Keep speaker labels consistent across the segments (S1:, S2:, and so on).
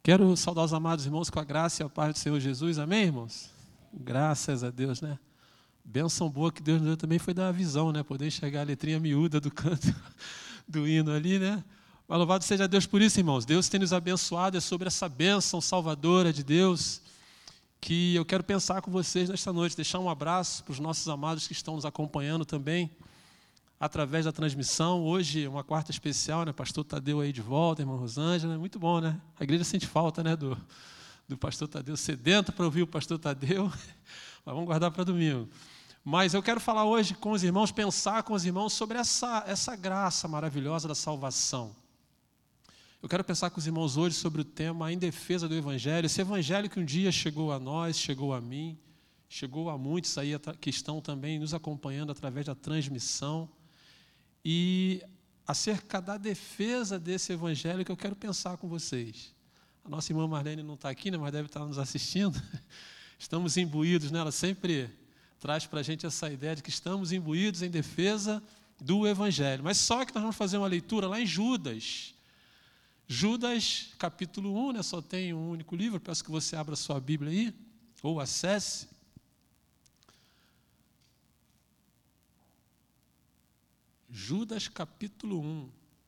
S1: Quero saudar os amados irmãos com a graça e a paz do Senhor Jesus. Amém, irmãos? Graças a Deus, né? Bênção boa que Deus nos deu também foi dar a visão, né? Poder enxergar a letrinha miúda do canto do hino ali, né? Mas louvado seja Deus por isso, irmãos. Deus tem nos abençoado, é sobre essa bênção salvadora de Deus que eu quero pensar com vocês nesta noite. Deixar um abraço para os nossos amados que estão nos acompanhando também através da transmissão. Hoje, uma quarta especial, né? Pastor Tadeu aí de volta, irmã Rosângela. Muito bom, né? A igreja sente falta, né? Do pastor Tadeu, sedento para ouvir o pastor Tadeu. Mas vamos guardar para domingo. Mas eu quero falar hoje com os irmãos, pensar com os irmãos sobre essa graça maravilhosa da salvação. Eu quero pensar com os irmãos hoje sobre o tema em defesa do Evangelho. Esse Evangelho que um dia chegou a nós, chegou a mim, chegou a muitos aí que estão também nos acompanhando através da transmissão. E acerca da defesa desse Evangelho que eu quero pensar com vocês. A nossa irmã Marlene não está aqui, né, mas deve estar nos assistindo. Estamos imbuídos, né? Ela sempre traz para a gente essa ideia de que estamos imbuídos em defesa do Evangelho. Mas só que nós vamos fazer uma leitura lá em Judas. Judas, capítulo 1, né? Só tem um único livro, peço que você abra a sua Bíblia aí, ou acesse. Judas, capítulo 1.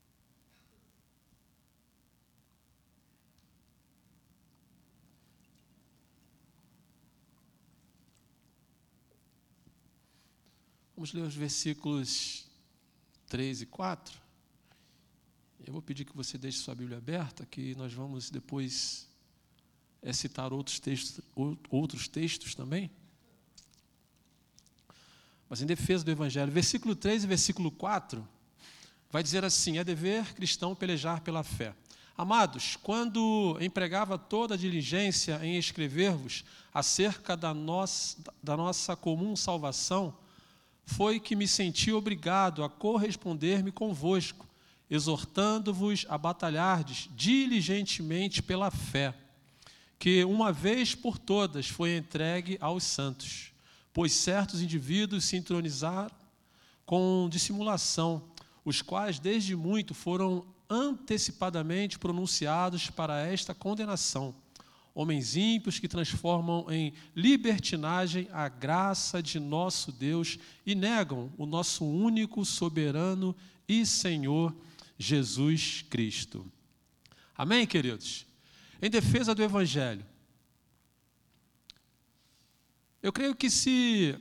S1: Vamos ler os versículos 3 e 4. Eu vou pedir que você deixe sua Bíblia aberta, que nós vamos depois citar outros textos também. Mas em defesa do Evangelho, versículo 3 e versículo 4, vai dizer assim: é dever cristão pelejar pela fé. Amados, quando empregava toda a diligência em escrever-vos acerca da nossa comum salvação, foi que me senti obrigado a corresponder-me convosco, exortando-vos a batalhardes diligentemente pela fé, que uma vez por todas foi entregue aos santos. Pois certos indivíduos se entronizaram com dissimulação, os quais desde muito foram antecipadamente pronunciados para esta condenação. Homens ímpios que transformam em libertinagem a graça de nosso Deus e negam o nosso único, soberano e Senhor Jesus Cristo. Amém, queridos? Em defesa do Evangelho. Eu creio que se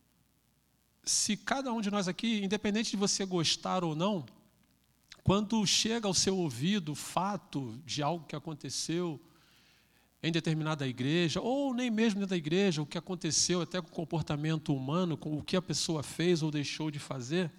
S1: cada um de nós aqui, independente de você gostar ou não, quando chega ao seu ouvido o fato de algo que aconteceu em determinada igreja, ou nem mesmo dentro da igreja, o que aconteceu até com o comportamento humano, com o que a pessoa fez ou deixou de fazer,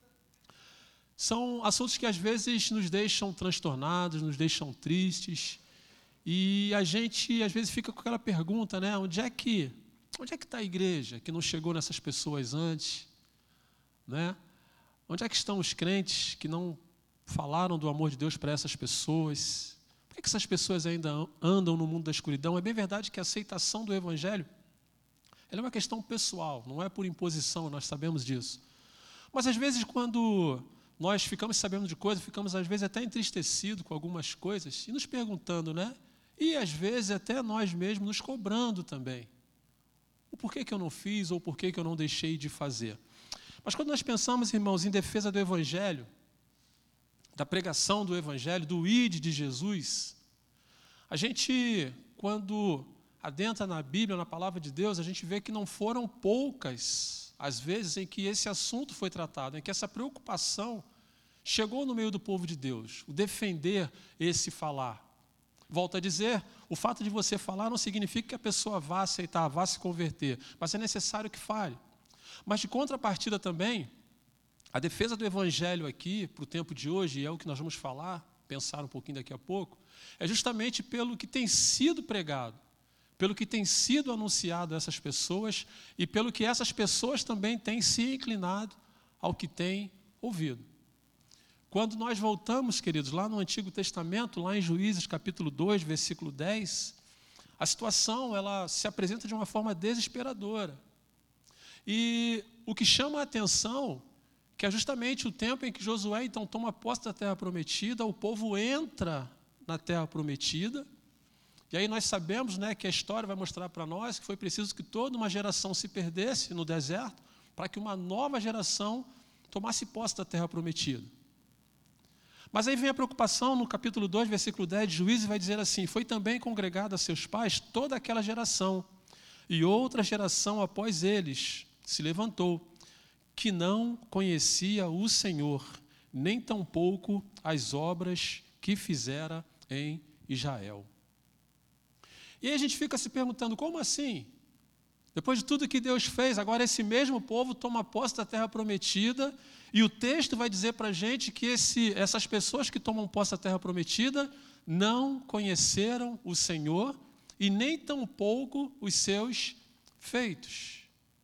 S1: são assuntos que às vezes nos deixam transtornados, nos deixam tristes, e a gente às vezes fica com aquela pergunta, né? Onde é que está a igreja que não chegou nessas pessoas antes? Né? Onde é que estão os crentes que não falaram do amor de Deus para essas pessoas? Por que essas pessoas ainda andam no mundo da escuridão? É bem verdade que a aceitação do Evangelho ela é uma questão pessoal, não é por imposição, nós sabemos disso. Mas às vezes quando nós ficamos sabendo de coisas, ficamos às vezes até entristecidos com algumas coisas e nos perguntando, né? E às vezes até nós mesmos nos cobrando também. O porquê que eu não fiz ou porquê que eu não deixei de fazer. Mas quando nós pensamos, irmãos, em defesa do Evangelho, da pregação do Evangelho, do ID de Jesus, a gente, quando adentra na Bíblia, na Palavra de Deus, a gente vê que não foram poucas as vezes em que esse assunto foi tratado, em que essa preocupação chegou no meio do povo de Deus, o defender esse falar. Volto a dizer, o fato de você falar não significa que a pessoa vá aceitar, vá se converter, mas é necessário que fale. Mas de contrapartida também, a defesa do Evangelho aqui, para o tempo de hoje, e é o que nós vamos falar, pensar um pouquinho daqui a pouco, é justamente pelo que tem sido pregado, pelo que tem sido anunciado a essas pessoas e pelo que essas pessoas também têm se inclinado ao que têm ouvido. Quando nós voltamos, queridos, lá no Antigo Testamento, lá em Juízes, capítulo 2, versículo 10, a situação ela se apresenta de uma forma desesperadora. E o que chama a atenção, que é justamente o tempo em que Josué, então, toma posse da terra prometida, o povo entra na terra prometida, E aí nós sabemos, né, que a história vai mostrar para nós que foi preciso que toda uma geração se perdesse no deserto para que uma nova geração tomasse posse da terra prometida. Mas aí vem a preocupação no capítulo 2, versículo 10 de Juízes, vai dizer assim: foi também congregada a seus pais toda aquela geração, e outra geração após eles se levantou, que não conhecia o Senhor, nem tampouco as obras que fizera em Israel. E aí a gente fica se perguntando, como assim? Depois de tudo que Deus fez, agora esse mesmo povo toma posse da terra prometida, e o texto vai dizer para a gente que essas pessoas que tomam posse da terra prometida não conheceram o Senhor e nem tampouco os seus feitos.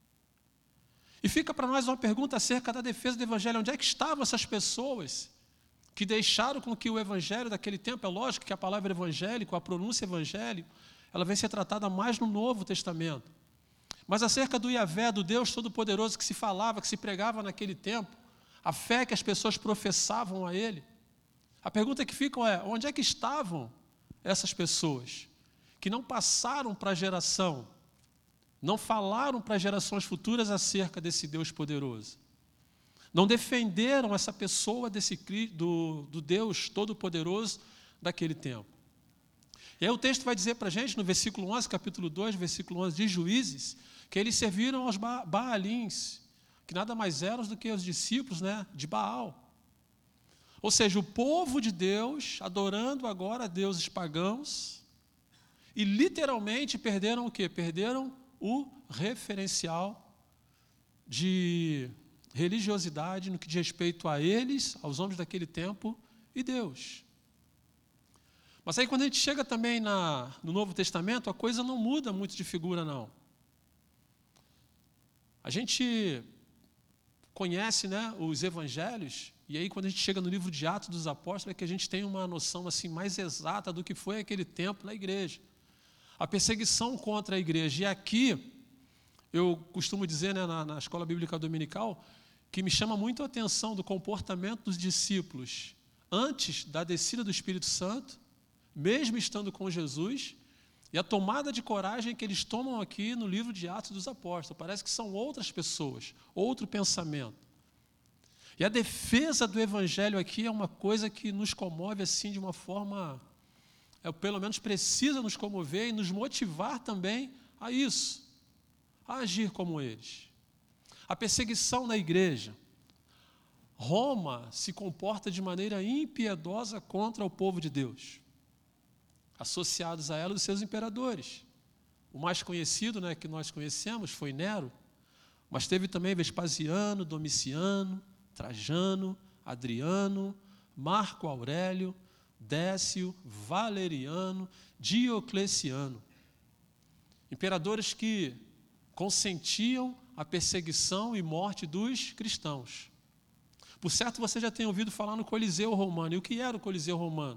S1: E fica para nós uma pergunta acerca da defesa do Evangelho. Onde é que estavam essas pessoas que deixaram com que o Evangelho daquele tempo, é lógico que a palavra evangélico, a pronúncia evangélico, ela vem ser tratada mais no Novo Testamento. Mas acerca do Yahvé, do Deus Todo-Poderoso que se falava, que se pregava naquele tempo, a fé que as pessoas professavam a Ele, a pergunta que fica é: onde é que estavam essas pessoas que não passaram para a geração, não falaram para as gerações futuras acerca desse Deus poderoso? Não defenderam essa pessoa do Deus Todo-Poderoso daquele tempo. E aí o texto vai dizer para a gente, no versículo 11, capítulo 2, versículo 11 de Juízes, que eles serviram aos Baalins, que nada mais eram do que os discípulos, né, de Baal. Ou seja, o povo de Deus adorando agora deuses pagãos e literalmente perderam o quê? Perderam o referencial de religiosidade no que diz respeito a eles, aos homens daquele tempo e Deus. Mas aí quando a gente chega também no Novo Testamento, a coisa não muda muito de figura, não. A gente conhece, né, os evangelhos, e aí quando a gente chega no livro de Atos dos Apóstolos, é que a gente tem uma noção assim, mais exata do que foi aquele tempo na igreja. A perseguição contra a igreja. E aqui, eu costumo dizer, né, na escola bíblica dominical, que me chama muito a atenção do comportamento dos discípulos antes da descida do Espírito Santo, mesmo estando com Jesus, e a tomada de coragem que eles tomam aqui no livro de Atos dos Apóstolos. Parece que são outras pessoas, outro pensamento. E a defesa do Evangelho aqui é uma coisa que nos comove assim de uma forma, pelo menos precisa nos comover e nos motivar também a isso, a agir como eles. A perseguição na igreja. Roma se comporta de maneira impiedosa contra o povo de Deus. Associados a ela os seus imperadores. O mais conhecido, né, que nós conhecemos foi Nero, mas teve também Vespasiano, Domiciano, Trajano, Adriano, Marco Aurélio, Décio, Valeriano, Diocleciano. Imperadores que consentiam a perseguição e morte dos cristãos. Por certo, você já tem ouvido falar no Coliseu Romano. E o que era o Coliseu Romano?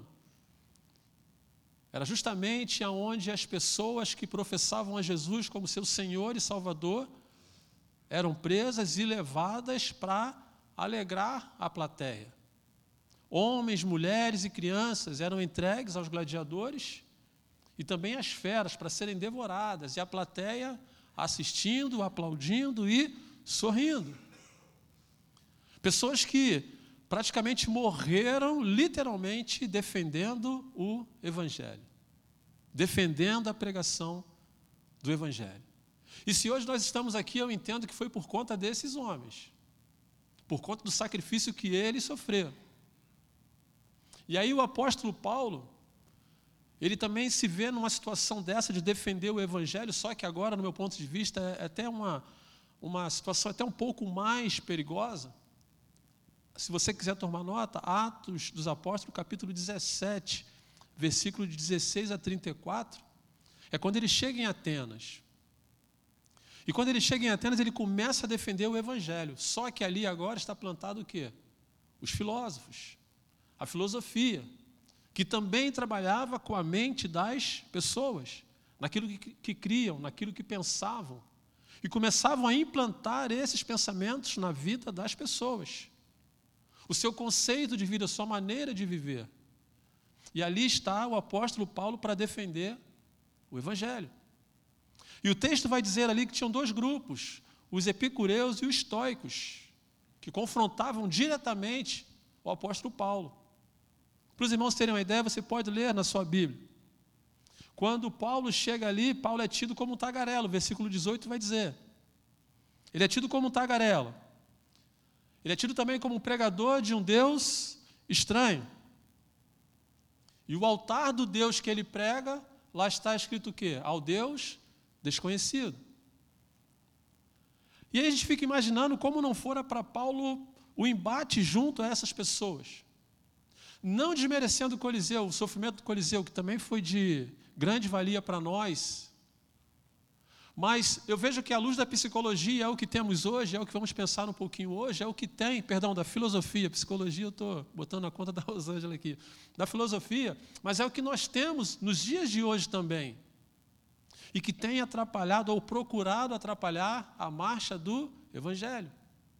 S1: Era justamente onde as pessoas que professavam a Jesus como seu Senhor e Salvador eram presas e levadas para alegrar a plateia. Homens, mulheres e crianças eram entregues aos gladiadores e também às feras para serem devoradas, e a plateia assistindo, aplaudindo e sorrindo. Pessoas que praticamente morreram literalmente defendendo o Evangelho, defendendo a pregação do Evangelho. E se hoje nós estamos aqui, eu entendo que foi por conta desses homens, por conta do sacrifício que eles sofreram. E aí o apóstolo Paulo, ele também se vê numa situação dessa de defender o Evangelho, só que agora, no meu ponto de vista, é até uma situação até um pouco mais perigosa. Se você quiser tomar nota, Atos dos Apóstolos, capítulo 17, versículo de 16 a 34, é quando ele chega em Atenas. E quando ele chega em Atenas, ele começa a defender o Evangelho. Só que ali agora está plantado o quê? Os filósofos, a filosofia, que também trabalhava com a mente das pessoas, naquilo que criam, naquilo que pensavam, e começavam a implantar esses pensamentos na vida das pessoas. O seu conceito de vida, a sua maneira de viver. E ali está o apóstolo Paulo para defender o Evangelho. E o texto vai dizer ali que tinham dois grupos, os epicureus e os estoicos, que confrontavam diretamente o apóstolo Paulo. Para os irmãos terem uma ideia, você pode ler na sua Bíblia. Quando Paulo chega ali, Paulo é tido como um tagarela, o versículo 18 vai dizer. Ele é tido como um tagarela. Ele é tido também como um pregador de um Deus estranho. E o altar do Deus que ele prega, lá está escrito o quê? Ao Deus desconhecido. E aí a gente fica imaginando como não fora para Paulo o embate junto a essas pessoas. Não desmerecendo o Coliseu, o sofrimento do Coliseu, que também foi de grande valia para nós. Mas eu vejo que a luz da psicologia é o que temos hoje, é o que vamos pensar um pouquinho hoje, é o que tem, da filosofia. Psicologia eu estou botando na conta da Rosângela aqui. Da filosofia, mas é o que nós temos nos dias de hoje também. E que tem atrapalhado ou procurado atrapalhar a marcha do Evangelho.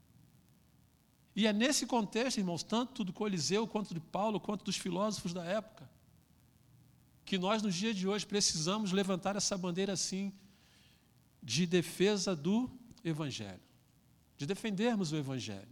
S1: E é nesse contexto, irmãos, tanto do Coliseu, quanto de Paulo, quanto dos filósofos da época, que nós, nos dias de hoje, precisamos levantar essa bandeira, assim, de defesa do Evangelho, de defendermos o Evangelho.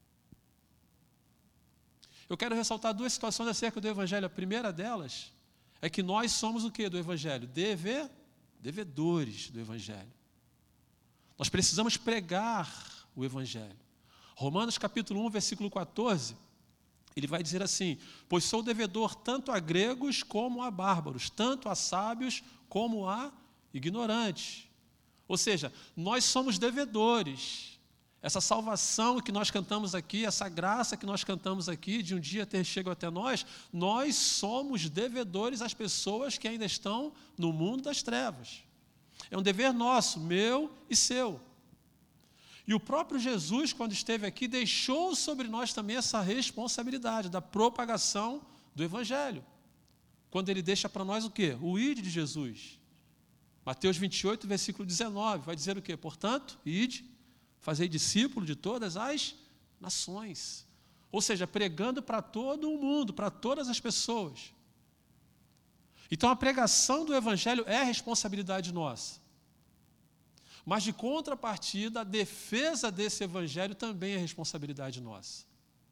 S1: Eu quero ressaltar duas situações acerca do Evangelho. A primeira delas é que nós somos o quê do Evangelho? Devedores do Evangelho. Nós precisamos pregar o Evangelho. Romanos capítulo 1, versículo 14, ele vai dizer assim: pois sou devedor tanto a gregos como a bárbaros, tanto a sábios como a ignorantes. Ou seja, nós somos devedores. Essa salvação que nós cantamos aqui, essa graça que nós cantamos aqui, de um dia ter chegado até nós somos devedores às pessoas que ainda estão no mundo das trevas. É um dever nosso, meu e seu. E o próprio Jesus, quando esteve aqui, deixou sobre nós também essa responsabilidade da propagação do Evangelho. Quando ele deixa para nós o quê? O ide de Jesus. Mateus 28, versículo 19, vai dizer o quê? Portanto, ide, fazei discípulo de todas as nações. Ou seja, pregando para todo o mundo, para todas as pessoas. Então, a pregação do Evangelho é responsabilidade nossa. Mas, de contrapartida, a defesa desse Evangelho também é responsabilidade nossa.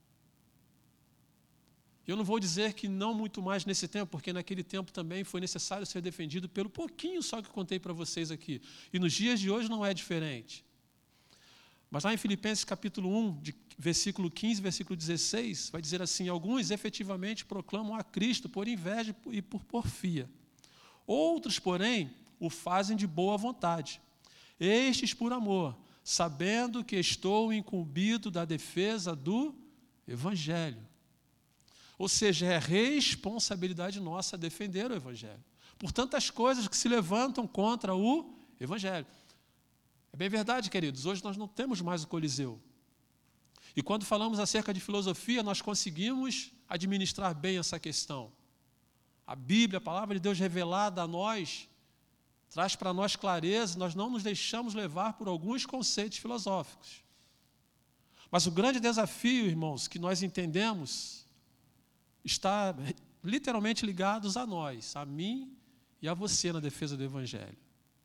S1: Eu não vou dizer que não muito mais nesse tempo, porque naquele tempo também foi necessário ser defendido pelo pouquinho só que eu contei para vocês aqui. E nos dias de hoje não é diferente. Mas lá em Filipenses capítulo 1, versículo 15, versículo 16, vai dizer assim: alguns efetivamente proclamam a Cristo por inveja e por porfia. Outros, porém, o fazem de boa vontade. Estes por amor, sabendo que estou incumbido da defesa do Evangelho. Ou seja, é responsabilidade nossa defender o Evangelho. Por tantas coisas que se levantam contra o Evangelho. É bem verdade, queridos, hoje nós não temos mais o Coliseu. E quando falamos acerca de filosofia, nós conseguimos administrar bem essa questão. A Bíblia, a palavra de Deus revelada a nós, traz para nós clareza, nós não nos deixamos levar por alguns conceitos filosóficos. Mas o grande desafio, irmãos, que nós entendemos, está literalmente ligados a nós, a mim e a você na defesa do Evangelho.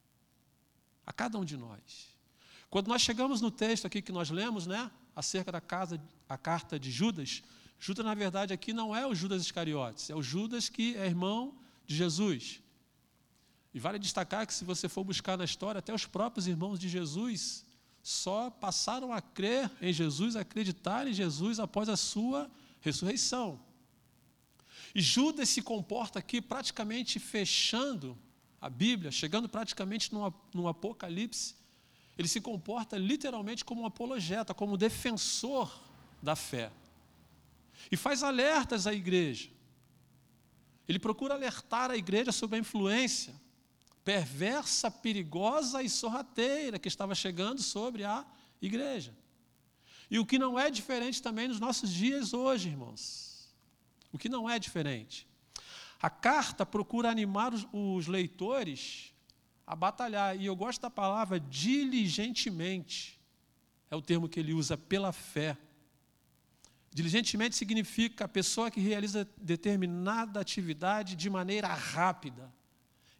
S1: A cada um de nós. Quando nós chegamos no texto aqui que nós lemos, acerca a carta de Judas, Judas, na verdade, aqui não é o Judas Iscariotes, é o Judas que é irmão de Jesus. E vale destacar que, se você for buscar na história, até os próprios irmãos de Jesus só passaram a crer em Jesus, a acreditar em Jesus após a sua ressurreição. E Judas se comporta aqui praticamente fechando a Bíblia, chegando praticamente no Apocalipse, ele se comporta literalmente como um apologeta, como um defensor da fé. E faz alertas à igreja. Ele procura alertar a igreja sobre a influência perversa, perigosa e sorrateira que estava chegando sobre a igreja. E o que não é diferente também nos nossos dias hoje, irmãos. O que não é diferente. A carta procura animar os leitores a batalhar. E eu gosto da palavra diligentemente. É o termo que ele usa, pela fé. Diligentemente significa a pessoa que realiza determinada atividade de maneira rápida,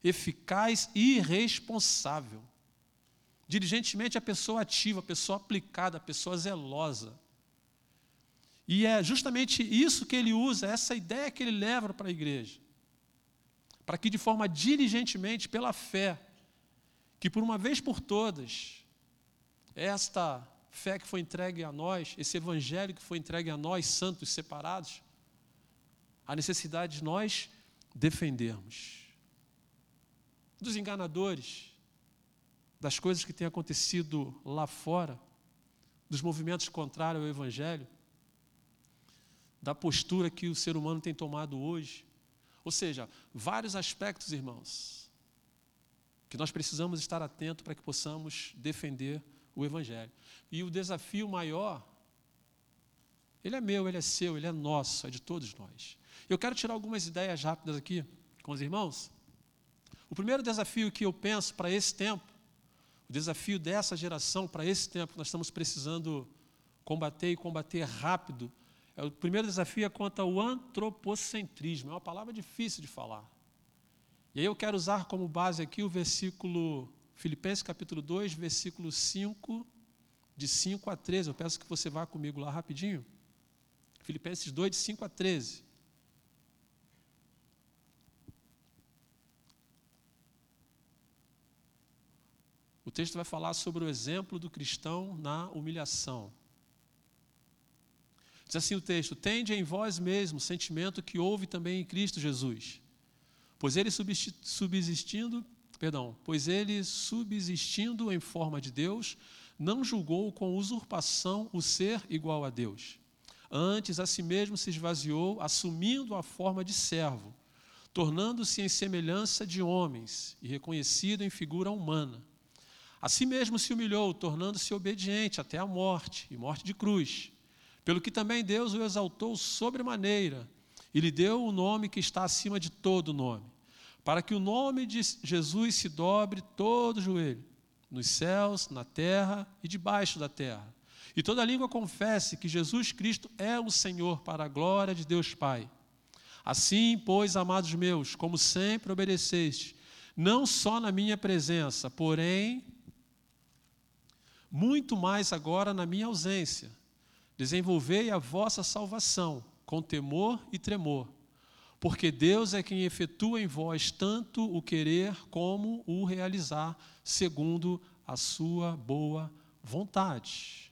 S1: eficaz e responsável. Diligentemente, a pessoa ativa, a pessoa aplicada, a pessoa zelosa. E é justamente isso que ele usa, essa ideia que ele leva para a igreja. Para que, de forma diligentemente, pela fé, que por uma vez por todas, esta fé que foi entregue a nós, esse evangelho que foi entregue a nós, santos separados, a necessidade de nós defendermos dos enganadores, das coisas que têm acontecido lá fora, dos movimentos contrários ao evangelho, da postura que o ser humano tem tomado hoje. Ou seja, vários aspectos, irmãos, que nós precisamos estar atentos para que possamos defender o evangelho. E o desafio maior, ele é meu, ele é seu, ele é nosso, é de todos nós. Eu quero tirar algumas ideias rápidas aqui com os irmãos. O primeiro desafio que eu penso para esse tempo, o desafio dessa geração para esse tempo que nós estamos precisando combater e combater rápido, o primeiro desafio é quanto ao antropocentrismo. É uma palavra difícil de falar. E aí eu quero usar como base aqui o versículo, Filipenses capítulo 2, versículo 5, de 5 a 13. Eu peço que você vá comigo lá rapidinho. Filipenses 2, de 5 a 13. O texto vai falar sobre o exemplo do cristão na humilhação. Diz assim o texto: tende em vós mesmo o sentimento que houve também em Cristo Jesus, pois ele subsistindo em forma de Deus, não julgou com usurpação o ser igual a Deus. Antes, a si mesmo se esvaziou, assumindo a forma de servo, tornando-se em semelhança de homens e reconhecido em figura humana. A si mesmo se humilhou, tornando-se obediente até a morte, e morte de cruz. Pelo que também Deus o exaltou sobremaneira, e lhe deu o nome que está acima de todo nome, para que o nome de Jesus se dobre todo o joelho, nos céus, na terra e debaixo da terra. E toda língua confesse que Jesus Cristo é o Senhor, para a glória de Deus Pai. Assim, pois, amados meus, como sempre obedeceste, não só na minha presença, porém, muito mais agora na minha ausência, desenvolvei a vossa salvação com temor e tremor, porque Deus é quem efetua em vós tanto o querer como o realizar, segundo a sua boa vontade.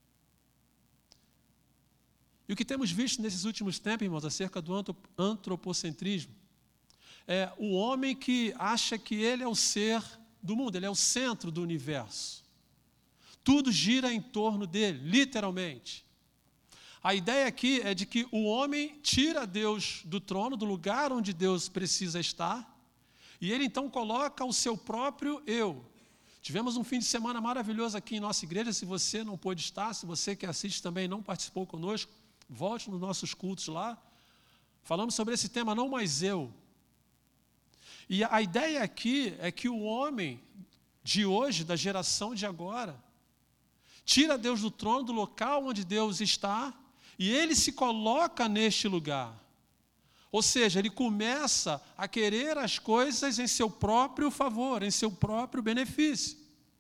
S1: E o que temos visto nesses últimos tempos, irmãos, acerca do antropocentrismo, é o homem que acha que ele é o ser do mundo, ele é o centro do universo. Tudo gira em torno dele, literalmente. A ideia aqui é de que o homem tira Deus do trono, do lugar onde Deus precisa estar, e ele então coloca o seu próprio eu. Tivemos um fim de semana maravilhoso aqui em nossa igreja. Se você não pôde estar, se você que assiste também não participou conosco, volte nos nossos cultos lá. Falamos sobre esse tema, não mais eu. E a ideia aqui é que o homem de hoje, da geração de agora, tira Deus do trono, do local onde Deus está, e ele se coloca neste lugar. Ou seja, ele começa a querer as coisas em seu próprio favor, em seu próprio benefício.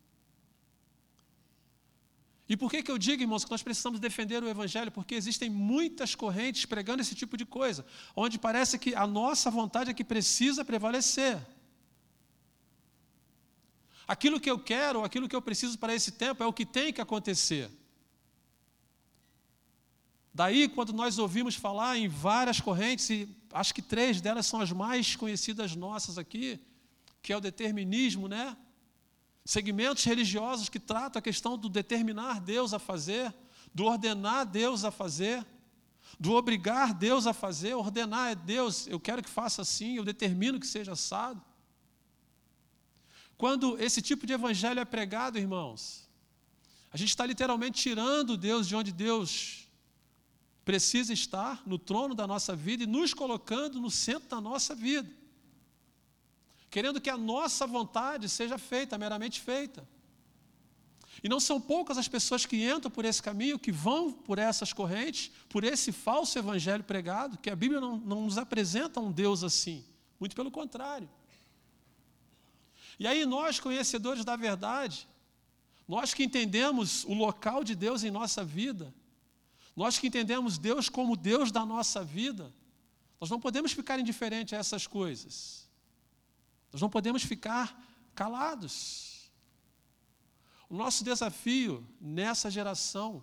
S1: E por que eu digo, irmãos, que nós precisamos defender o evangelho? Porque existem muitas correntes pregando esse tipo de coisa, onde parece que a nossa vontade é que precisa prevalecer. Aquilo que eu quero, aquilo que eu preciso para esse tempo é o que tem que acontecer. Daí, quando nós ouvimos falar em várias correntes, e acho que 3 delas são as mais conhecidas nossas aqui, que é o determinismo, né? Segmentos religiosos que tratam a questão do determinar Deus a fazer, do ordenar Deus a fazer, do obrigar Deus a fazer. Ordenar é Deus, eu quero que faça assim, eu determino que seja assado. Quando esse tipo de evangelho é pregado, irmãos, a gente está literalmente tirando Deus de onde Deus precisa estar, no trono da nossa vida, e nos colocando no centro da nossa vida, querendo que a nossa vontade seja feita, meramente feita. E não são poucas as pessoas que entram por esse caminho, que vão por essas correntes, por esse falso evangelho pregado, que a Bíblia não nos apresenta um Deus assim, muito pelo contrário. E aí nós, conhecedores da verdade, nós que entendemos o local de Deus em nossa vida, nós que entendemos Deus como Deus da nossa vida, nós não podemos ficar indiferentes a essas coisas. Nós não podemos ficar calados. O nosso desafio nessa geração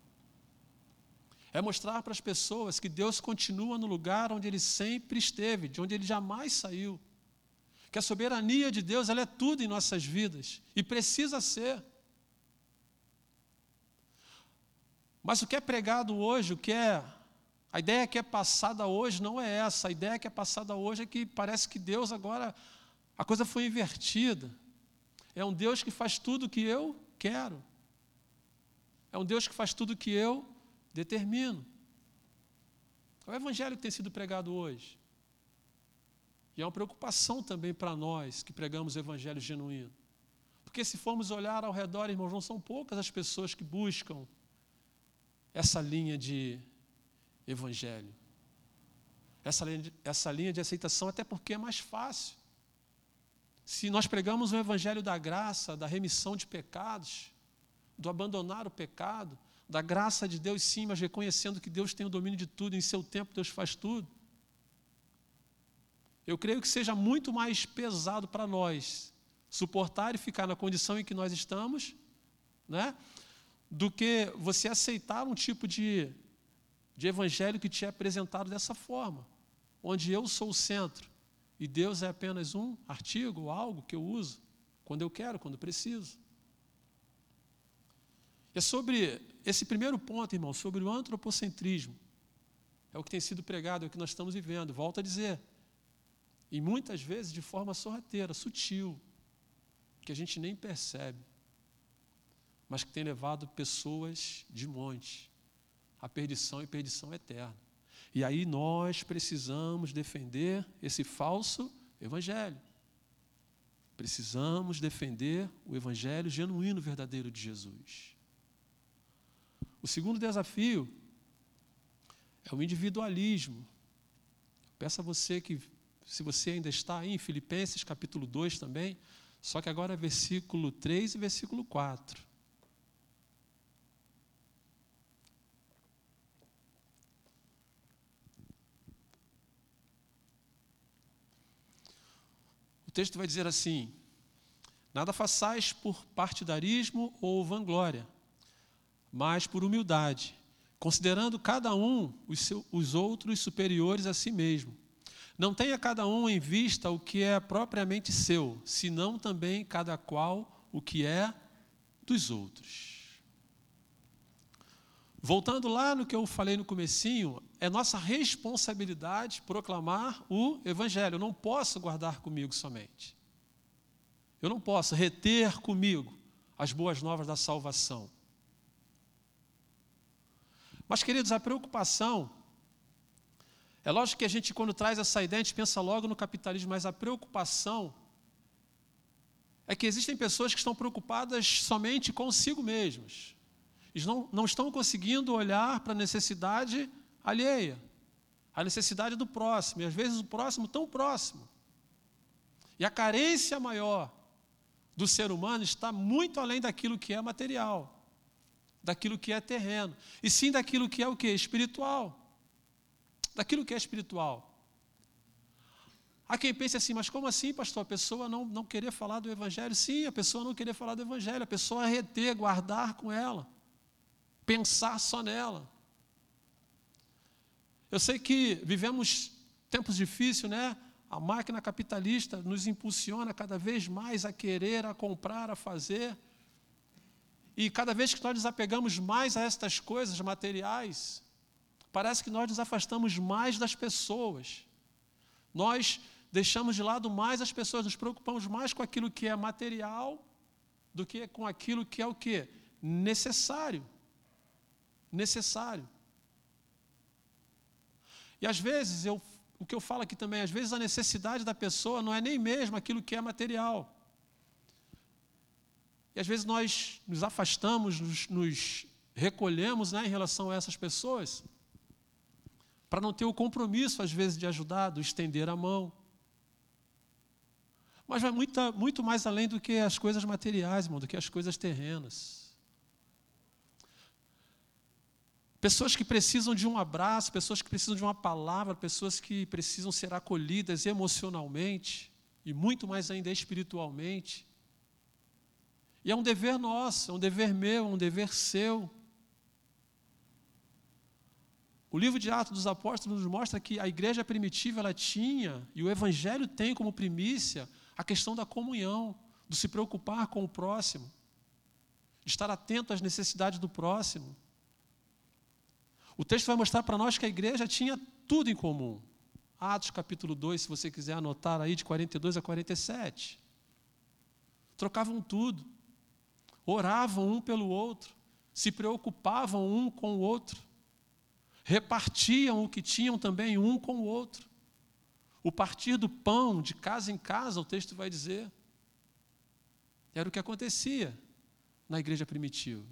S1: é mostrar para as pessoas que Deus continua no lugar onde Ele sempre esteve, de onde Ele jamais saiu. Que a soberania de Deus, ela é tudo em nossas vidas e precisa ser. Mas o que é pregado hoje, a ideia que é passada hoje não é essa. A ideia que é passada hoje é que parece que Deus agora, a coisa foi invertida. É um Deus que faz tudo o que eu quero. É um Deus que faz tudo o que eu determino. É o evangelho que tem sido pregado hoje. E é uma preocupação também para nós que pregamos o evangelho genuíno. Porque se formos olhar ao redor, irmãos, não são poucas as pessoas que buscam essa linha de evangelho. Essa linha de aceitação, até porque é mais fácil. Se nós pregamos o evangelho da graça, da remissão de pecados, do abandonar o pecado, da graça de Deus sim, mas reconhecendo que Deus tem o domínio de tudo, em seu tempo Deus faz tudo. Eu creio que seja muito mais pesado para nós suportar e ficar na condição em que nós estamos, né, do que você aceitar um tipo de evangelho que te é apresentado dessa forma, onde eu sou o centro e Deus é apenas um artigo ou algo que eu uso quando eu quero, quando preciso. É sobre esse primeiro ponto, irmão, sobre o antropocentrismo. É o que tem sido pregado, é o que nós estamos vivendo. Volto a dizer, e muitas vezes de forma sorrateira, sutil, que a gente nem percebe, mas que tem levado pessoas de monte à perdição e perdição eterna. E aí nós precisamos defender esse falso evangelho. Precisamos defender o evangelho genuíno, verdadeiro de Jesus. O segundo desafio é o individualismo. Peço a você que, se você ainda está aí em Filipenses capítulo 2 também, só que agora é versículo 3 e versículo 4. O texto vai dizer assim: nada façais por partidarismo ou vanglória, mas por humildade, considerando cada um os outros superiores a si mesmo. Não tenha cada um em vista o que é propriamente seu, senão também cada qual o que é dos outros. Voltando lá no que eu falei no comecinho, é nossa responsabilidade proclamar o evangelho. Eu não posso guardar comigo somente. Eu não posso reter comigo as boas novas da salvação. Mas, queridos, a preocupação, é lógico que a gente, quando traz essa ideia, a gente pensa logo no capitalismo, mas a preocupação é que existem pessoas que estão preocupadas somente consigo mesmas. Eles não estão conseguindo olhar para a necessidade alheia, a necessidade do próximo, e às vezes o próximo tão próximo. E a carência maior do ser humano está muito além daquilo que é material, daquilo que é terreno, e sim daquilo que é o quê? Espiritual. Daquilo que é espiritual. Há quem pense assim, mas como assim, pastor? A pessoa não querer falar do evangelho? Sim, a pessoa não querer falar do evangelho, a pessoa reter, guardar com ela, pensar só nela. Eu sei que vivemos tempos difíceis, né? A máquina capitalista nos impulsiona cada vez mais a querer, a comprar, a fazer. E cada vez que nós nos apegamos mais a estas coisas materiais, parece que nós nos afastamos mais das pessoas. Nós deixamos de lado mais as pessoas, nos preocupamos mais com aquilo que é material do que com aquilo que é o quê? Necessário. Necessário. E às vezes, o que eu falo aqui também, às vezes a necessidade da pessoa não é nem mesmo aquilo que é material. E às vezes nós nos afastamos, nos recolhemos, né, em relação a essas pessoas, para não ter o compromisso, às vezes, de ajudar, de estender a mão. Mas vai muito mais além do que as coisas materiais, irmão, do que as coisas terrenas. Pessoas que precisam de um abraço, pessoas que precisam de uma palavra, pessoas que precisam ser acolhidas emocionalmente e muito mais ainda espiritualmente. E é um dever nosso, é um dever meu, é um dever seu. O livro de Atos dos Apóstolos nos mostra que a igreja primitiva ela tinha, e o Evangelho tem como primícia, a questão da comunhão, de se preocupar com o próximo, de estar atento às necessidades do próximo. O texto vai mostrar para nós que a igreja tinha tudo em comum. Atos capítulo 2, se você quiser anotar aí, de 42 a 47. Trocavam tudo. Oravam um pelo outro. Se preocupavam um com o outro. Repartiam o que tinham também um com o outro. O partir do pão de casa em casa, o texto vai dizer, era o que acontecia na igreja primitiva.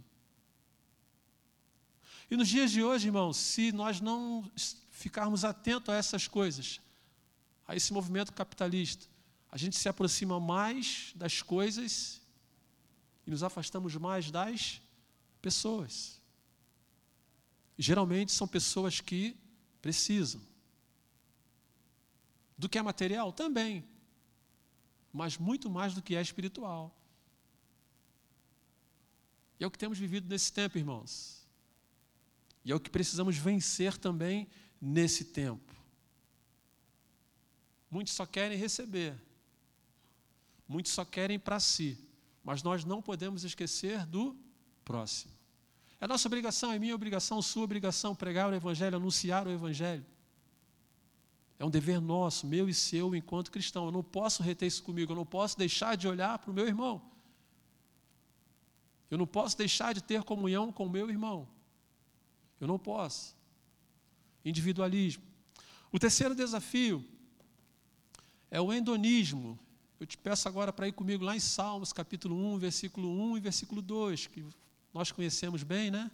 S1: E nos dias de hoje, irmãos, se nós não ficarmos atentos a essas coisas, a esse movimento capitalista, a gente se aproxima mais das coisas e nos afastamos mais das pessoas. E, geralmente são pessoas que precisam. Do que é material? Também. Mas muito mais do que é espiritual. E é o que temos vivido nesse tempo, irmãos. E é o que precisamos vencer também nesse tempo. Muitos só querem receber. Muitos só querem para si. Mas nós não podemos esquecer do próximo. É nossa obrigação, é minha obrigação, sua obrigação, pregar o Evangelho, anunciar o Evangelho. É um dever nosso, meu e seu, enquanto cristão. Eu não posso reter isso comigo, eu não posso deixar de olhar para o meu irmão. Eu não posso deixar de ter comunhão com o meu irmão. Eu não posso. Individualismo. O terceiro desafio é o hedonismo. Eu te peço agora para ir comigo lá em Salmos, capítulo 1, versículo 1 e versículo 2, que nós conhecemos bem, né?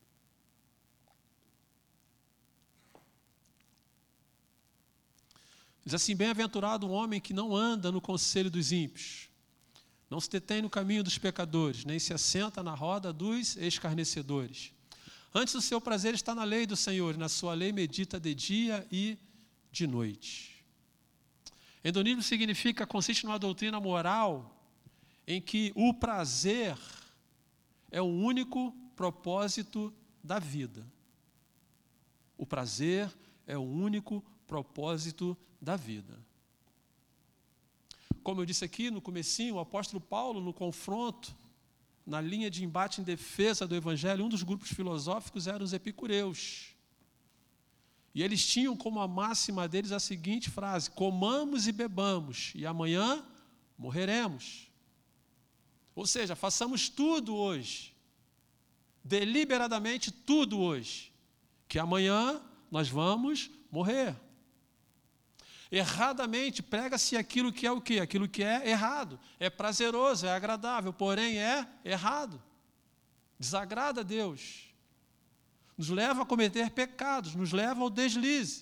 S1: Diz assim, bem-aventurado o homem que não anda no conselho dos ímpios, não se detém no caminho dos pecadores, nem se assenta na roda dos escarnecedores. Antes o seu prazer está na lei do Senhor, e na sua lei medita de dia e de noite. Hedonismo consiste numa doutrina moral em que o prazer é o único propósito da vida. O prazer é o único propósito da vida. Como eu disse aqui no comecinho, o apóstolo Paulo, no confronto, na linha de embate em defesa do Evangelho, um dos grupos filosóficos eram os epicureus. E eles tinham como a máxima deles a seguinte frase, comamos e bebamos, e amanhã morreremos. Ou seja, façamos tudo hoje, deliberadamente tudo hoje, que amanhã nós vamos morrer. Erradamente prega-se aquilo que é o quê? Aquilo que é errado. É prazeroso, é agradável, porém é errado. Desagrada a Deus. Nos leva a cometer pecados, nos leva ao deslize.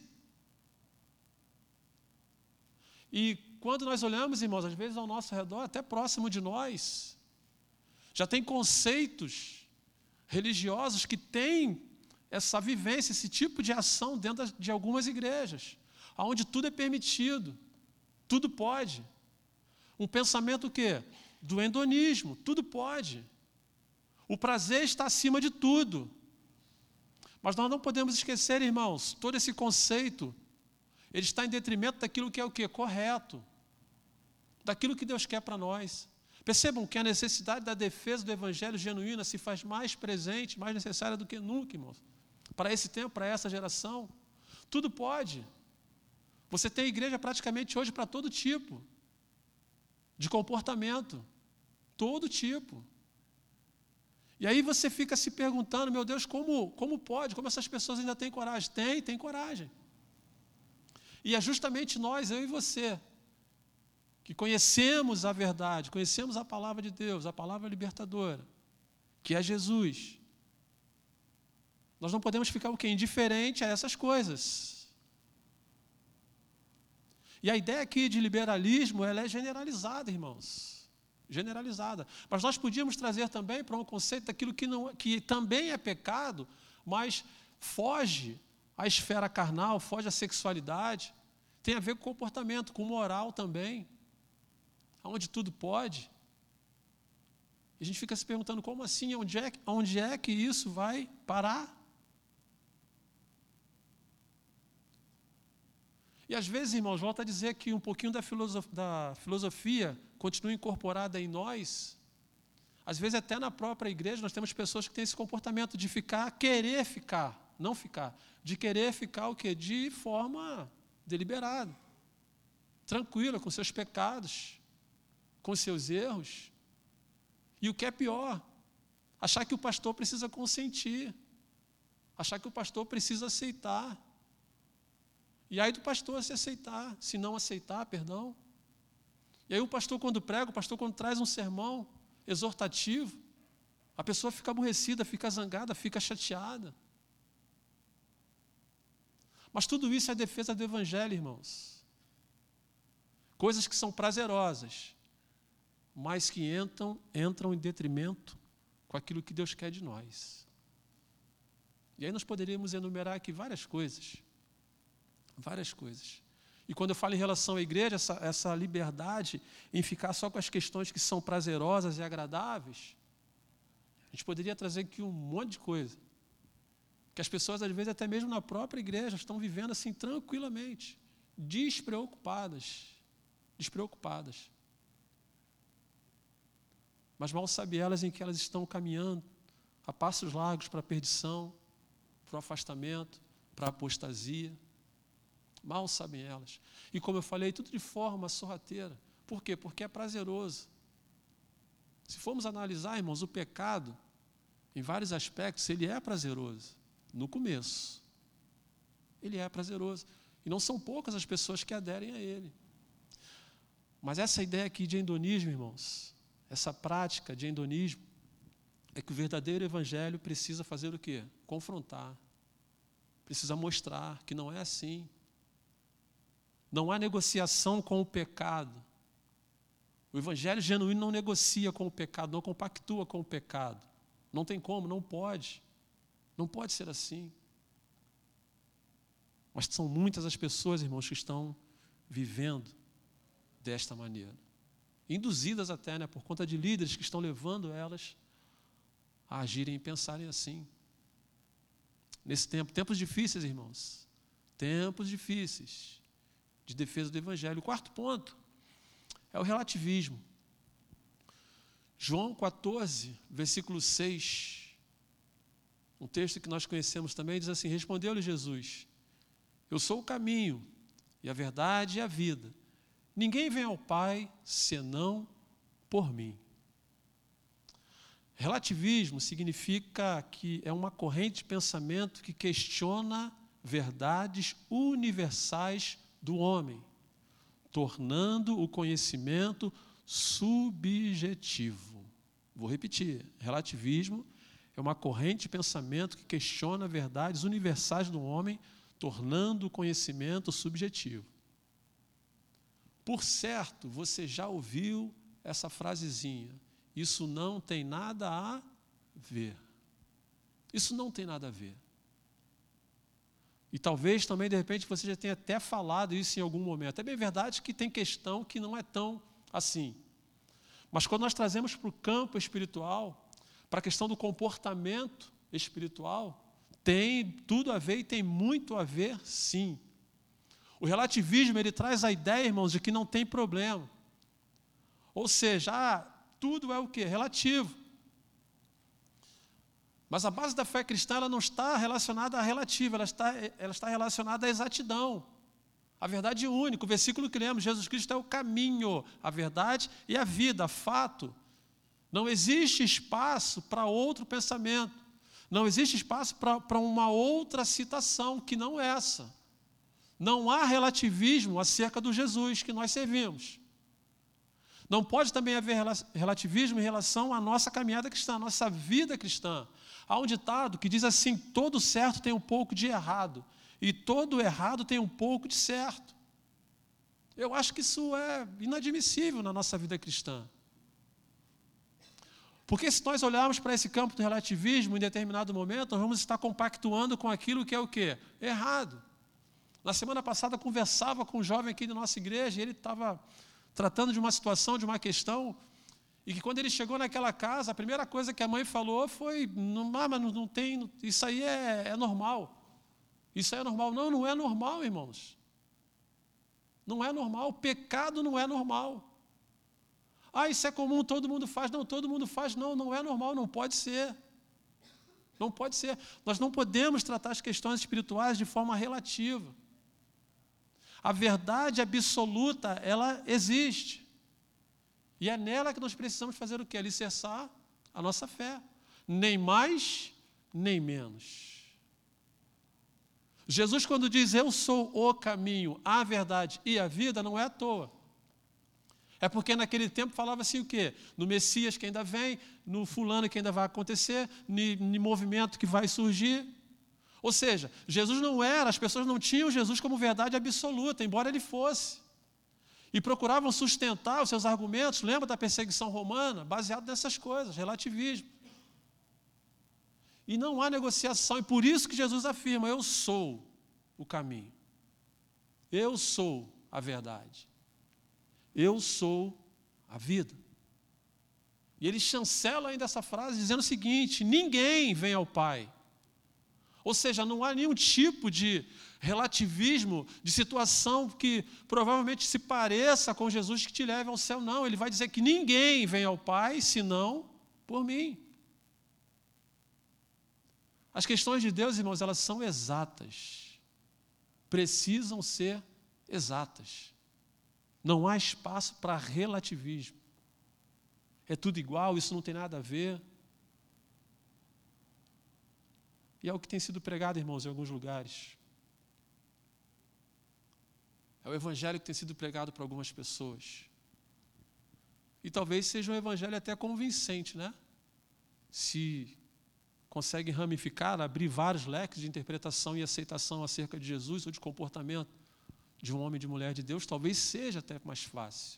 S1: E quando nós olhamos, irmãos, às vezes ao nosso redor, até próximo de nós, já tem conceitos religiosos que têm essa vivência, esse tipo de ação dentro de algumas igrejas, onde tudo é permitido, tudo pode. Um pensamento o quê? Do hedonismo, tudo pode. O prazer está acima de tudo. Mas nós não podemos esquecer, irmãos, todo esse conceito, ele está em detrimento daquilo que é o quê? Correto. Daquilo que Deus quer para nós. Percebam que a necessidade da defesa do Evangelho genuína se faz mais presente, mais necessária do que nunca, irmãos. Para esse tempo, para essa geração. Tudo pode. Você tem igreja praticamente hoje para todo tipo de comportamento. Todo tipo. E aí você fica se perguntando, meu Deus, como pode? Como essas pessoas ainda têm coragem? Tem coragem. E é justamente nós, eu e você, que conhecemos a verdade, conhecemos a palavra de Deus, a palavra libertadora, que é Jesus. Nós não podemos ficar o quê? Indiferente a essas coisas. E a ideia aqui de liberalismo, ela é generalizada, irmãos. Generalizada. Mas nós podíamos trazer também para um conceito daquilo que também é pecado, mas foge à esfera carnal, foge à sexualidade. Tem a ver com comportamento, com moral também. Onde tudo pode. E a gente fica se perguntando, como assim? Onde é que isso vai parar? E às vezes, irmãos, volta a dizer que um pouquinho da filosofia continua incorporada em nós. Às vezes, até na própria igreja, nós temos pessoas que têm esse comportamento de querer ficar, não ficar, de querer ficar o quê? De forma deliberada, tranquila, com seus pecados, com seus erros. E o que é pior, achar que o pastor precisa consentir, achar que o pastor precisa aceitar. E aí do pastor se não aceitar, perdão. E aí o pastor quando prega, o pastor quando traz um sermão exortativo, a pessoa fica aborrecida, fica zangada, fica chateada. Mas tudo isso é defesa do evangelho, irmãos. Coisas que são prazerosas, mas que entram em detrimento com aquilo que Deus quer de nós. E aí nós poderíamos enumerar aqui várias coisas. Várias coisas. E quando eu falo em relação à igreja, essa liberdade em ficar só com as questões que são prazerosas e agradáveis, a gente poderia trazer aqui um monte de coisa. Que as pessoas, às vezes, até mesmo na própria igreja, estão vivendo assim tranquilamente, despreocupadas. Mas mal sabem elas em que elas estão caminhando a passos largos para a perdição, para o afastamento, para a apostasia. Mal sabem elas. E como eu falei, tudo de forma sorrateira. Por quê? Porque é prazeroso. Se formos analisar, irmãos, o pecado, em vários aspectos, ele é prazeroso. No começo. Ele é prazeroso. E não são poucas as pessoas que aderem a ele. Mas essa ideia aqui de hedonismo, irmãos, essa prática de hedonismo, é que o verdadeiro evangelho precisa fazer o quê? Confrontar. Precisa mostrar que não é assim. Não há negociação com o pecado. O evangelho genuíno não negocia com o pecado, não compactua com o pecado. Não tem como, não pode. Não pode ser assim. Mas são muitas as pessoas, irmãos, que estão vivendo desta maneira. Induzidas até, por conta de líderes que estão levando elas a agirem e pensarem assim. Nesse tempo, tempos difíceis, irmãos. Tempos difíceis de defesa do evangelho. O quarto ponto é o relativismo. João 14, versículo 6, um texto que nós conhecemos também, diz assim: respondeu-lhe Jesus: eu sou o caminho e a verdade e a vida. Ninguém vem ao Pai senão por mim. Relativismo significa que é uma corrente de pensamento que questiona verdades universais do homem, tornando o conhecimento subjetivo. Vou repetir, relativismo é uma corrente de pensamento que questiona verdades universais do homem, tornando o conhecimento subjetivo. Por certo, você já ouviu essa frasezinha: isso não tem nada a ver. Isso não tem nada a ver. E talvez também, de repente, você já tenha até falado isso em algum momento. É bem verdade que tem questão que não é tão assim. Mas quando nós trazemos para o campo espiritual, para a questão do comportamento espiritual, tem tudo a ver e tem muito a ver, sim. O relativismo, ele traz a ideia, irmãos, de que não tem problema. Ou seja, tudo é o quê? Relativo. Mas a base da fé cristã, ela não está relacionada à relativa, ela está relacionada à exatidão. A verdade única. O versículo que lemos: Jesus Cristo é o caminho, a verdade e a vida, fato. Não existe espaço para outro pensamento. Não existe espaço para uma outra citação que não essa. Não há relativismo acerca do Jesus que nós servimos. Não pode também haver relativismo em relação à nossa caminhada cristã, à nossa vida cristã. Há um ditado que diz assim: todo certo tem um pouco de errado, e todo errado tem um pouco de certo. Eu acho que isso é inadmissível na nossa vida cristã. Porque se nós olharmos para esse campo do relativismo, em determinado momento, nós vamos estar compactuando com aquilo que é o quê? Errado. Na semana passada, conversava com um jovem aqui da nossa igreja, e ele estava tratando de uma situação, de uma questão, e que quando ele chegou naquela casa, a primeira coisa que a mãe falou foi, mas não tem, isso aí é normal. Isso aí é normal. Não, não é normal, irmãos. Não é normal. O pecado não é normal. Ah, isso é comum, todo mundo faz. Não, todo mundo faz. Não, não é normal, não pode ser. Não pode ser. Nós não podemos tratar as questões espirituais de forma relativa. A verdade absoluta, ela existe. E é nela que nós precisamos fazer o quê? Alicerçar a nossa fé. Nem mais, nem menos. Jesus, quando diz, eu sou o caminho, a verdade e a vida, não é à toa. É porque naquele tempo falava assim o quê? No Messias que ainda vem, no fulano que ainda vai acontecer, no movimento que vai surgir. Ou seja, Jesus não era, as pessoas não tinham Jesus como verdade absoluta, embora ele fosse. E procuravam sustentar os seus argumentos, lembra da perseguição romana? Baseado nessas coisas, relativismo. E não há negociação, e por isso que Jesus afirma, eu sou o caminho. Eu sou a verdade. Eu sou a vida. E ele chancela ainda essa frase dizendo o seguinte, ninguém vem ao Pai. Ou seja, não há nenhum tipo de relativismo, de situação que provavelmente se pareça com Jesus que te leve ao céu. Não, ele vai dizer que ninguém vem ao Pai, senão por mim. As questões de Deus, irmãos, elas são exatas. Precisam ser exatas. Não há espaço para relativismo. É tudo igual, isso não tem nada a ver. E é o que tem sido pregado, irmãos, em alguns lugares. É o evangelho que tem sido pregado para algumas pessoas. E talvez seja um evangelho até convincente, né? Se consegue ramificar, abrir vários leques de interpretação e aceitação acerca de Jesus ou de comportamento de um homem e de mulher de Deus, talvez seja até mais fácil.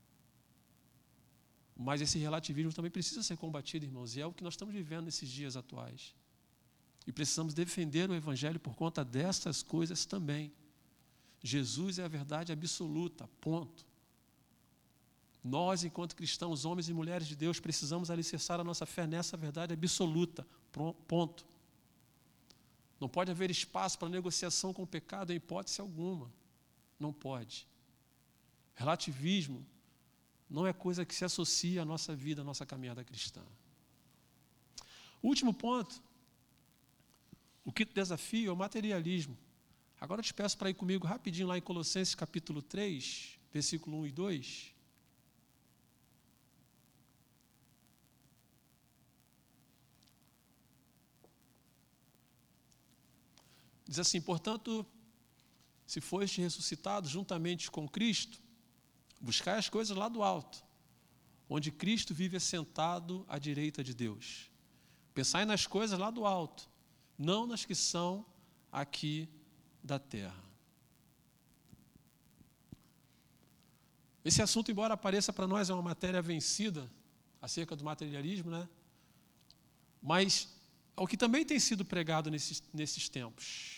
S1: Mas esse relativismo também precisa ser combatido, irmãos, e é o que nós estamos vivendo nesses dias atuais. E precisamos defender o Evangelho por conta dessas coisas também. Jesus é a verdade absoluta, ponto. Nós, enquanto cristãos, homens e mulheres de Deus, precisamos alicerçar a nossa fé nessa verdade absoluta, ponto. Não pode haver espaço para negociação com o pecado em hipótese alguma. Não pode. Relativismo não é coisa que se associa à nossa vida, à nossa caminhada cristã. Último ponto. O quinto desafio é o materialismo. Agora eu te peço para ir comigo rapidinho lá em Colossenses capítulo 3, versículo 1 e 2. Diz assim, portanto, se foste ressuscitado juntamente com Cristo, buscai as coisas lá do alto, onde Cristo vive assentado à direita de Deus. Pensai nas coisas lá do alto, não nas que são aqui da terra. Esse assunto, embora apareça para nós, é uma matéria vencida acerca do materialismo, né? Mas é o que também tem sido pregado nesses tempos.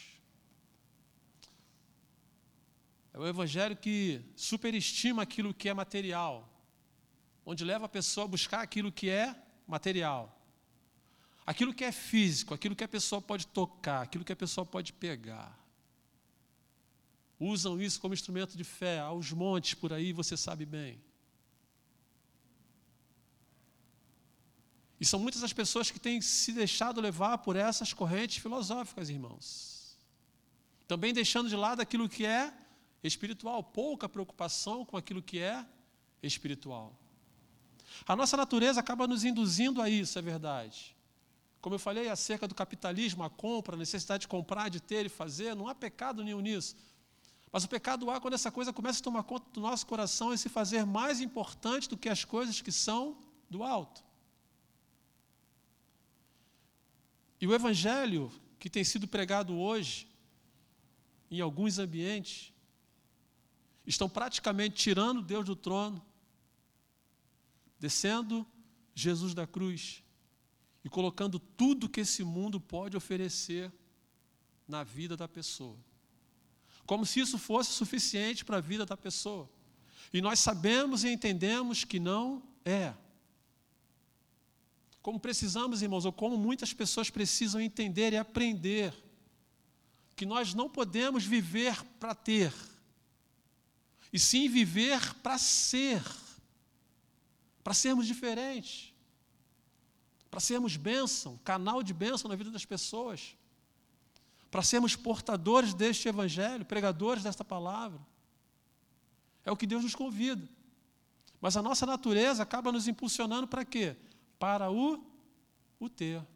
S1: É o evangelho que superestima aquilo que é material, onde leva a pessoa a buscar aquilo que é material. Aquilo que é físico, aquilo que a pessoa pode tocar, aquilo que a pessoa pode pegar. Usam isso como instrumento de fé, aos montes por aí, você sabe bem. E são muitas as pessoas que têm se deixado levar por essas correntes filosóficas, irmãos. Também deixando de lado aquilo que é espiritual, pouca preocupação com aquilo que é espiritual. A nossa natureza acaba nos induzindo a isso, é verdade. Como eu falei acerca do capitalismo, a compra, a necessidade de comprar, de ter e fazer, não há pecado nenhum nisso. Mas o pecado há quando essa coisa começa a tomar conta do nosso coração e se fazer mais importante do que as coisas que são do alto. E o evangelho que tem sido pregado hoje, em alguns ambientes, estão praticamente tirando Deus do trono, descendo Jesus da cruz e colocando tudo que esse mundo pode oferecer na vida da pessoa. Como se isso fosse suficiente para a vida da pessoa. E nós sabemos e entendemos que não é. Como precisamos, irmãos, ou como muitas pessoas precisam entender e aprender, que nós não podemos viver para ter, e sim viver para ser, para sermos diferentes, para sermos bênção, canal de bênção na vida das pessoas, para sermos portadores deste evangelho, pregadores desta palavra. É o que Deus nos convida. Mas a nossa natureza acaba nos impulsionando para quê? Para o ter.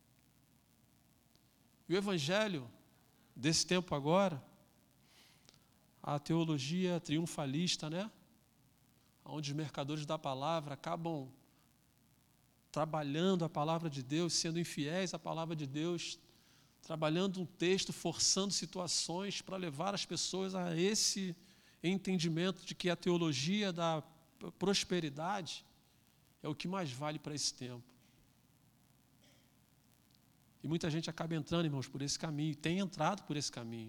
S1: E o evangelho desse tempo agora, a teologia triunfalista, né? Onde os mercadores da palavra acabam trabalhando a palavra de Deus, sendo infiéis à palavra de Deus, trabalhando um texto, forçando situações para levar as pessoas a esse entendimento de que a teologia da prosperidade é o que mais vale para esse tempo. E muita gente acaba entrando, irmãos, por esse caminho, tem entrado por esse caminho.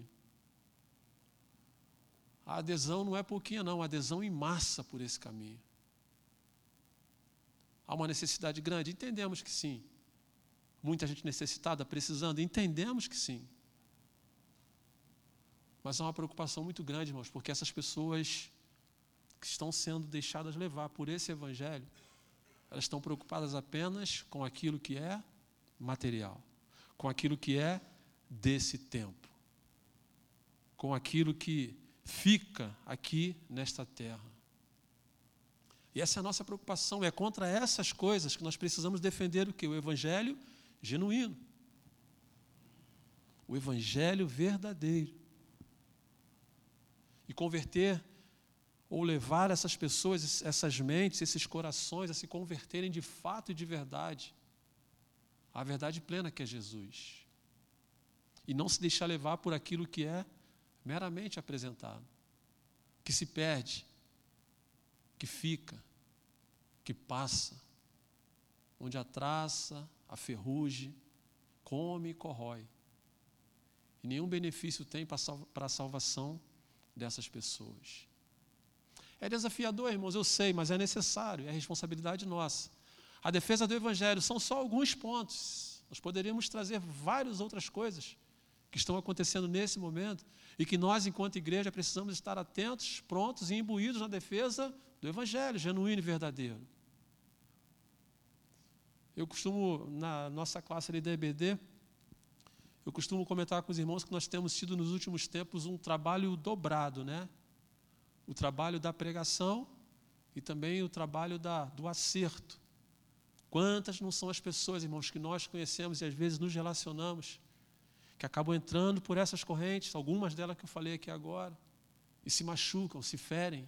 S1: A adesão não é pouquinha, não, a adesão em massa por esse caminho. Há uma necessidade grande? Entendemos que sim. Muita gente necessitada, precisando? Entendemos que sim. Mas há uma preocupação muito grande, irmãos, porque essas pessoas que estão sendo deixadas levar por esse evangelho, elas estão preocupadas apenas com aquilo que é material, com aquilo que é desse tempo, com aquilo que fica aqui nesta terra. E essa é a nossa preocupação, é contra essas coisas que nós precisamos defender o quê? O evangelho genuíno, o evangelho verdadeiro. E converter ou levar essas pessoas, essas mentes, esses corações a se converterem de fato e de verdade à verdade plena que é Jesus. E não se deixar levar por aquilo que é meramente apresentado, que se perde, que fica, que passa, onde a traça, a ferrugem, come e corrói. E nenhum benefício tem para a salvação dessas pessoas. É desafiador, irmãos, eu sei, mas é necessário, é responsabilidade nossa. A defesa do evangelho são só alguns pontos. Nós poderíamos trazer várias outras coisas que estão acontecendo nesse momento e que nós, enquanto igreja, precisamos estar atentos, prontos e imbuídos na defesa do evangelho genuíno e verdadeiro. Eu costumo, na nossa classe ali da EBD, eu costumo comentar com os irmãos que nós temos tido nos últimos tempos um trabalho dobrado, né? O trabalho da pregação e também o trabalho do acerto. Quantas não são as pessoas, irmãos, que nós conhecemos e às vezes nos relacionamos, que acabam entrando por essas correntes, algumas delas que eu falei aqui agora, e se machucam, se ferem.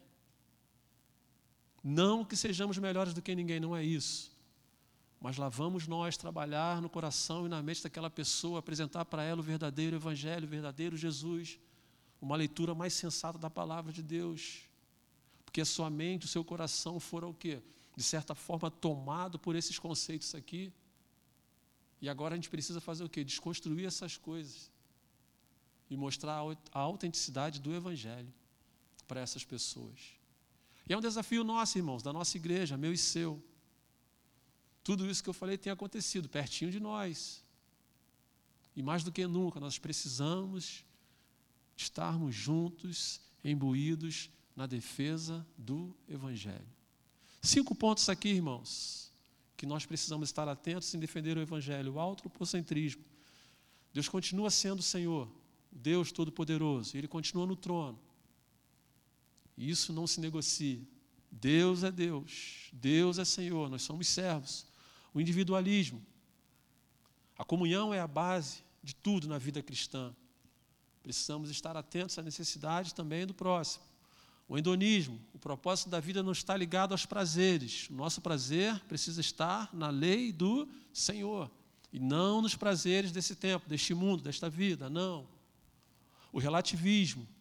S1: Não que sejamos melhores do que ninguém, não é isso. Mas lá vamos nós trabalhar no coração e na mente daquela pessoa, apresentar para ela o verdadeiro evangelho, o verdadeiro Jesus, uma leitura mais sensata da palavra de Deus. Porque a sua mente, o seu coração foram o quê? De certa forma, tomado por esses conceitos aqui. E agora a gente precisa fazer o quê? Desconstruir essas coisas e mostrar a autenticidade do evangelho para essas pessoas. E é um desafio nosso, irmãos, da nossa igreja, meu e seu. Tudo isso que eu falei tem acontecido pertinho de nós. E mais do que nunca, nós precisamos estarmos juntos, imbuídos na defesa do evangelho. 5 pontos aqui, irmãos, que nós precisamos estar atentos em defender o evangelho. O antropocentrismo. Deus continua sendo o Senhor, o Deus Todo-Poderoso. Ele continua no trono. E isso não se negocia. Deus é Deus, Deus é Senhor, nós somos servos. O individualismo. A comunhão é a base de tudo na vida cristã. Precisamos estar atentos à necessidade também do próximo. O hedonismo, o propósito da vida não está ligado aos prazeres. O nosso prazer precisa estar na lei do Senhor e não nos prazeres desse tempo, deste mundo, desta vida, não. O relativismo,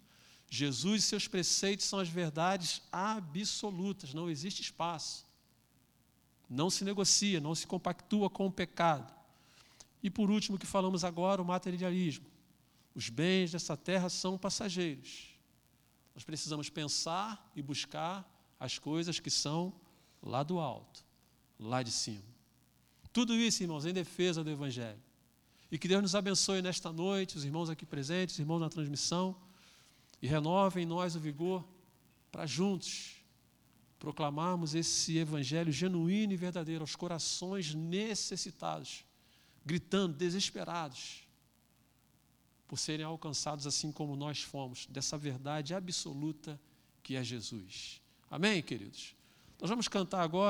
S1: Jesus e seus preceitos são as verdades absolutas, não existe espaço. Não se negocia, não se compactua com o pecado. E por último, o que falamos agora, o materialismo. Os bens dessa terra são passageiros. Nós precisamos pensar e buscar as coisas que são lá do alto, lá de cima. Tudo isso, irmãos, em defesa do Evangelho. E que Deus nos abençoe nesta noite, os irmãos aqui presentes, os irmãos na transmissão, e renove em nós o vigor para juntos proclamarmos esse Evangelho genuíno e verdadeiro aos corações necessitados, gritando, desesperados, por serem alcançados assim como nós fomos, dessa verdade absoluta que é Jesus. Amém, queridos? Nós vamos cantar agora.